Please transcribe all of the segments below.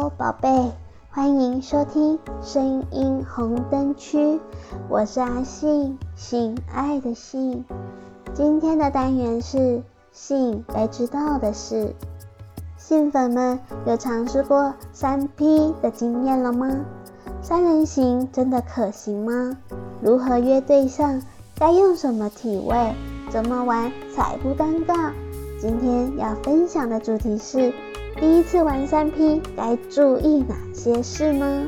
Hello， 宝贝，欢迎收听声音红灯区，我是阿信，性爱的性。今天的单元是性该知道的事。性粉们有尝试过3P 的经验了吗？三人行真的可行吗？如何约对象？该用什么体位？怎么玩才不尴尬？今天要分享的主题是第一次玩3P该注意哪些事呢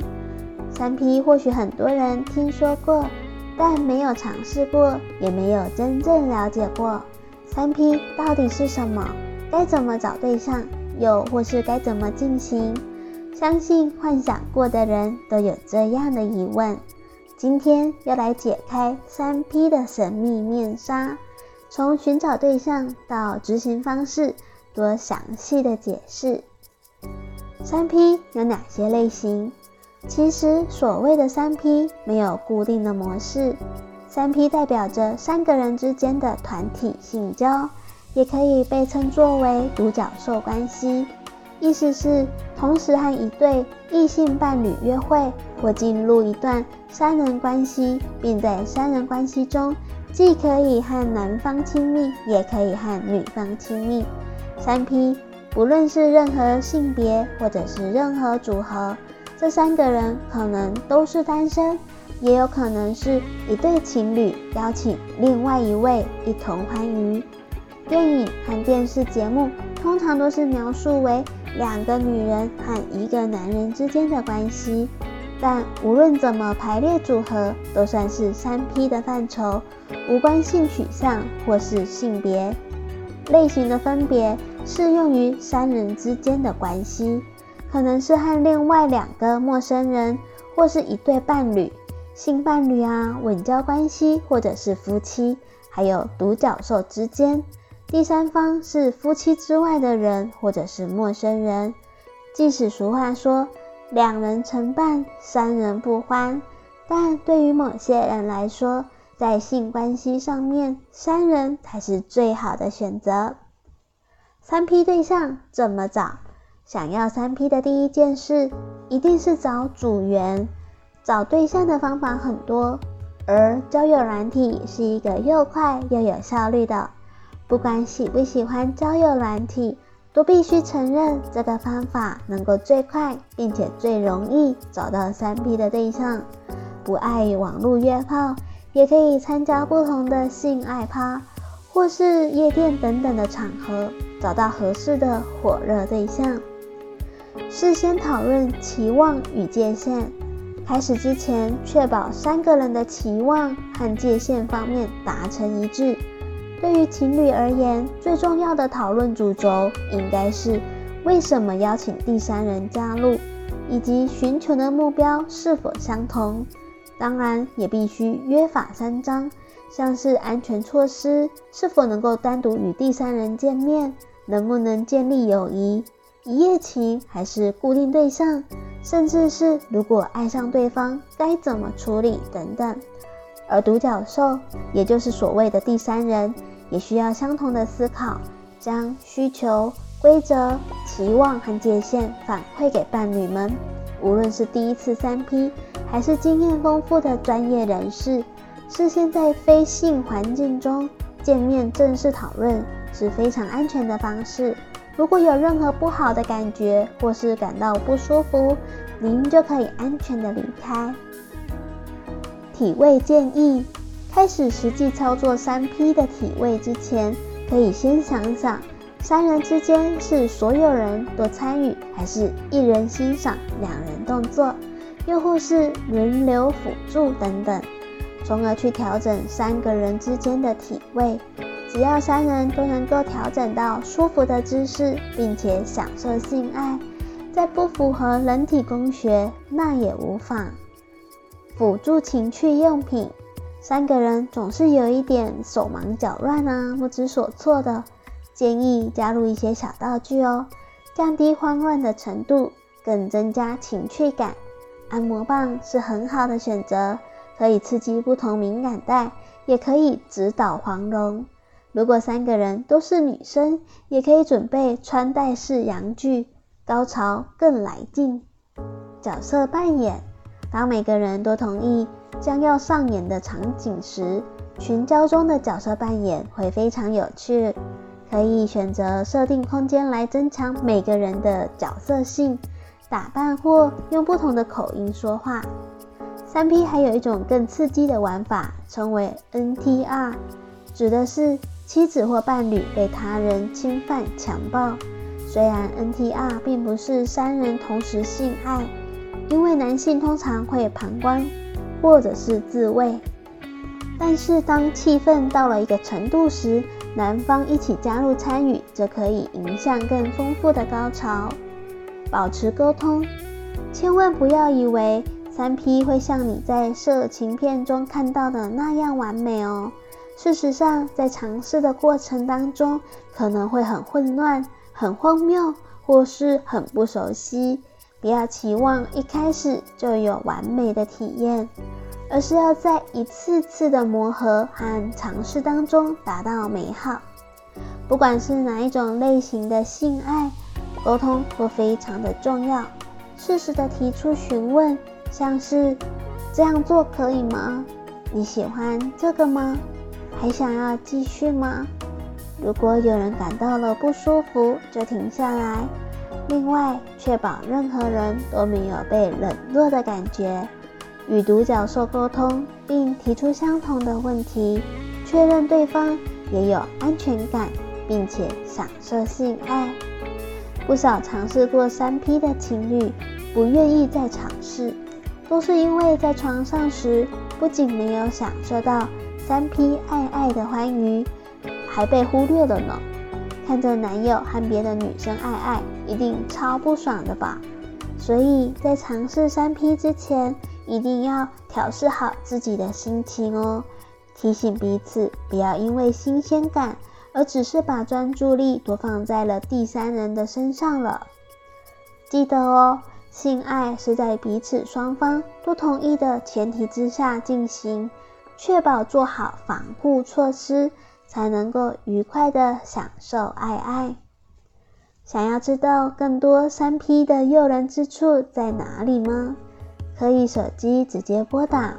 ？3P 或许很多人听说过，但没有尝试过，也没有真正了解过。3P 到底是什么？该怎么找对象？又或是该怎么进行？相信幻想过的人都有这样的疑问。今天要来解开3P 的神秘面纱，从寻找对象到执行方式，多详细的解释。3P 有哪些类型？其实所谓的3P 没有固定的模式。3P 代表着3个人之间的团体性交，也可以被称作为独角兽关系，意思是同时和一对异性伴侣约会，或进入一段3人关系，并在3人关系中既可以和男方亲密，也可以和女方亲密。3P 不论是任何性别或者是任何组合，这3个人可能都是单身，也有可能是一对情侣邀请另外一位一同欢愉。电影和电视节目通常都是描述为2个女人和1个男人之间的关系，但无论怎么排列组合，都算是3P 的范畴，无关性取向或是性别。类型的分别适用于3人之间的关系，可能是和另外2个陌生人，或是一对伴侣、性伴侣稳交关系，或者是夫妻，还有独角兽之间。第三方是夫妻之外的人，或者是陌生人。即使俗话说2人成伴，3人不欢，但对于某些人来说，在性关系上面，3人才是最好的选择。3P 对象怎么找？想要3P 的第一件事，一定是找组员。找对象的方法很多，而交友软体是一个又快又有效率的。不管喜不喜欢交友软体，都必须承认这个方法能够最快并且最容易找到3P 的对象。不爱网络约炮，也可以参加不同的性爱趴，或是夜店等等的场合，找到合适的火热对象。事先讨论期望与界限，开始之前确保3个人的期望和界限方面达成一致。对于情侣而言，最重要的讨论主轴应该是为什么邀请第3人加入，以及寻求的目标是否相同。当然也必须约法三章，像是安全措施，是否能够单独与第3人见面，能不能建立友谊，一夜情还是固定对象，甚至是如果爱上对方该怎么处理等等。而独角兽，也就是所谓的第3人，也需要相同的思考，将需求、规则、期望和界限反馈给伴侣们。无论是第一次3P，还是经验丰富的专业人士，事先在非性环境中见面正式讨论是非常安全的方式。如果有任何不好的感觉，或是感到不舒服，您就可以安全的离开。体位建议，开始实际操作3P 的体位之前，可以先想想3人之间是所有人都参与，还是1人欣赏2人动作，又或是轮流辅助等等，从而去调整3个人之间的体位。只要3人都能够调整到舒服的姿势，并且享受性爱，在不符合人体工学，那也无妨。辅助情趣用品，3个人总是有一点手忙脚乱不知所措的，建议加入一些小道具哦，降低慌乱的程度，更增加情趣感。按摩棒是很好的选择，可以刺激不同敏感带，也可以指导黄龙。如果3个人都是女生，也可以准备穿戴式阳具， 高潮更来劲。角色扮演，当每个人都同意将要上演的场景时，群交中的角色扮演会非常有趣，可以选择设定空间来增强每个人的角色性，打扮或用不同的口音说话。3P 还有一种更刺激的玩法，称为 NTR， 指的是妻子或伴侣被他人侵犯强暴。虽然 NTR 并不是3人同时性爱，因为男性通常会旁观或者是自卫，但是当气氛到了一个程度时，男方一起加入参与，则可以迎向更丰富的高潮。保持沟通，千万不要以为3P 会像你在色情片中看到的那样完美哦。事实上，在尝试的过程当中，可能会很混乱、很荒谬，或是很不熟悉。不要期望一开始就有完美的体验，而是要在一次次的磨合和尝试当中达到美好。不管是哪一种类型的性爱，沟通都非常的重要。适时的提出询问，像是这样做可以吗？你喜欢这个吗？还想要继续吗？如果有人感到了不舒服，就停下来。另外，确保任何人都没有被冷落的感觉。与独角兽沟通，并提出相同的问题，确认对方也有安全感，并且享受性爱。不少尝试过3P 的情侣不愿意再尝试，都是因为在床上时不仅没有享受到3P 爱的欢愉，还被忽略了呢。看着男友和别的女生爱，一定超不爽的吧？所以在尝试3P 之前，一定要调试好自己的心情哦。提醒彼此不要因为新鲜感而只是把专注力都放在了第三人的身上了。记得哦，性爱是在彼此双方都同意的前提之下进行，确保做好防护措施，才能够愉快的享受爱。想要知道更多3P 的诱人之处在哪里吗？可以手机直接拨打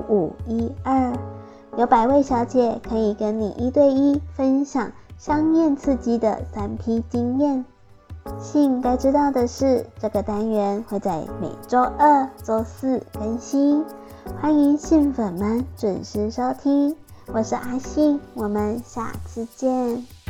5512，有百位小姐可以跟你1对1分享香艳刺激的3P 经验。性该知道的事，这个单元会在每周2、周4更新，欢迎性粉们准时收听。我是阿信，我们下次见。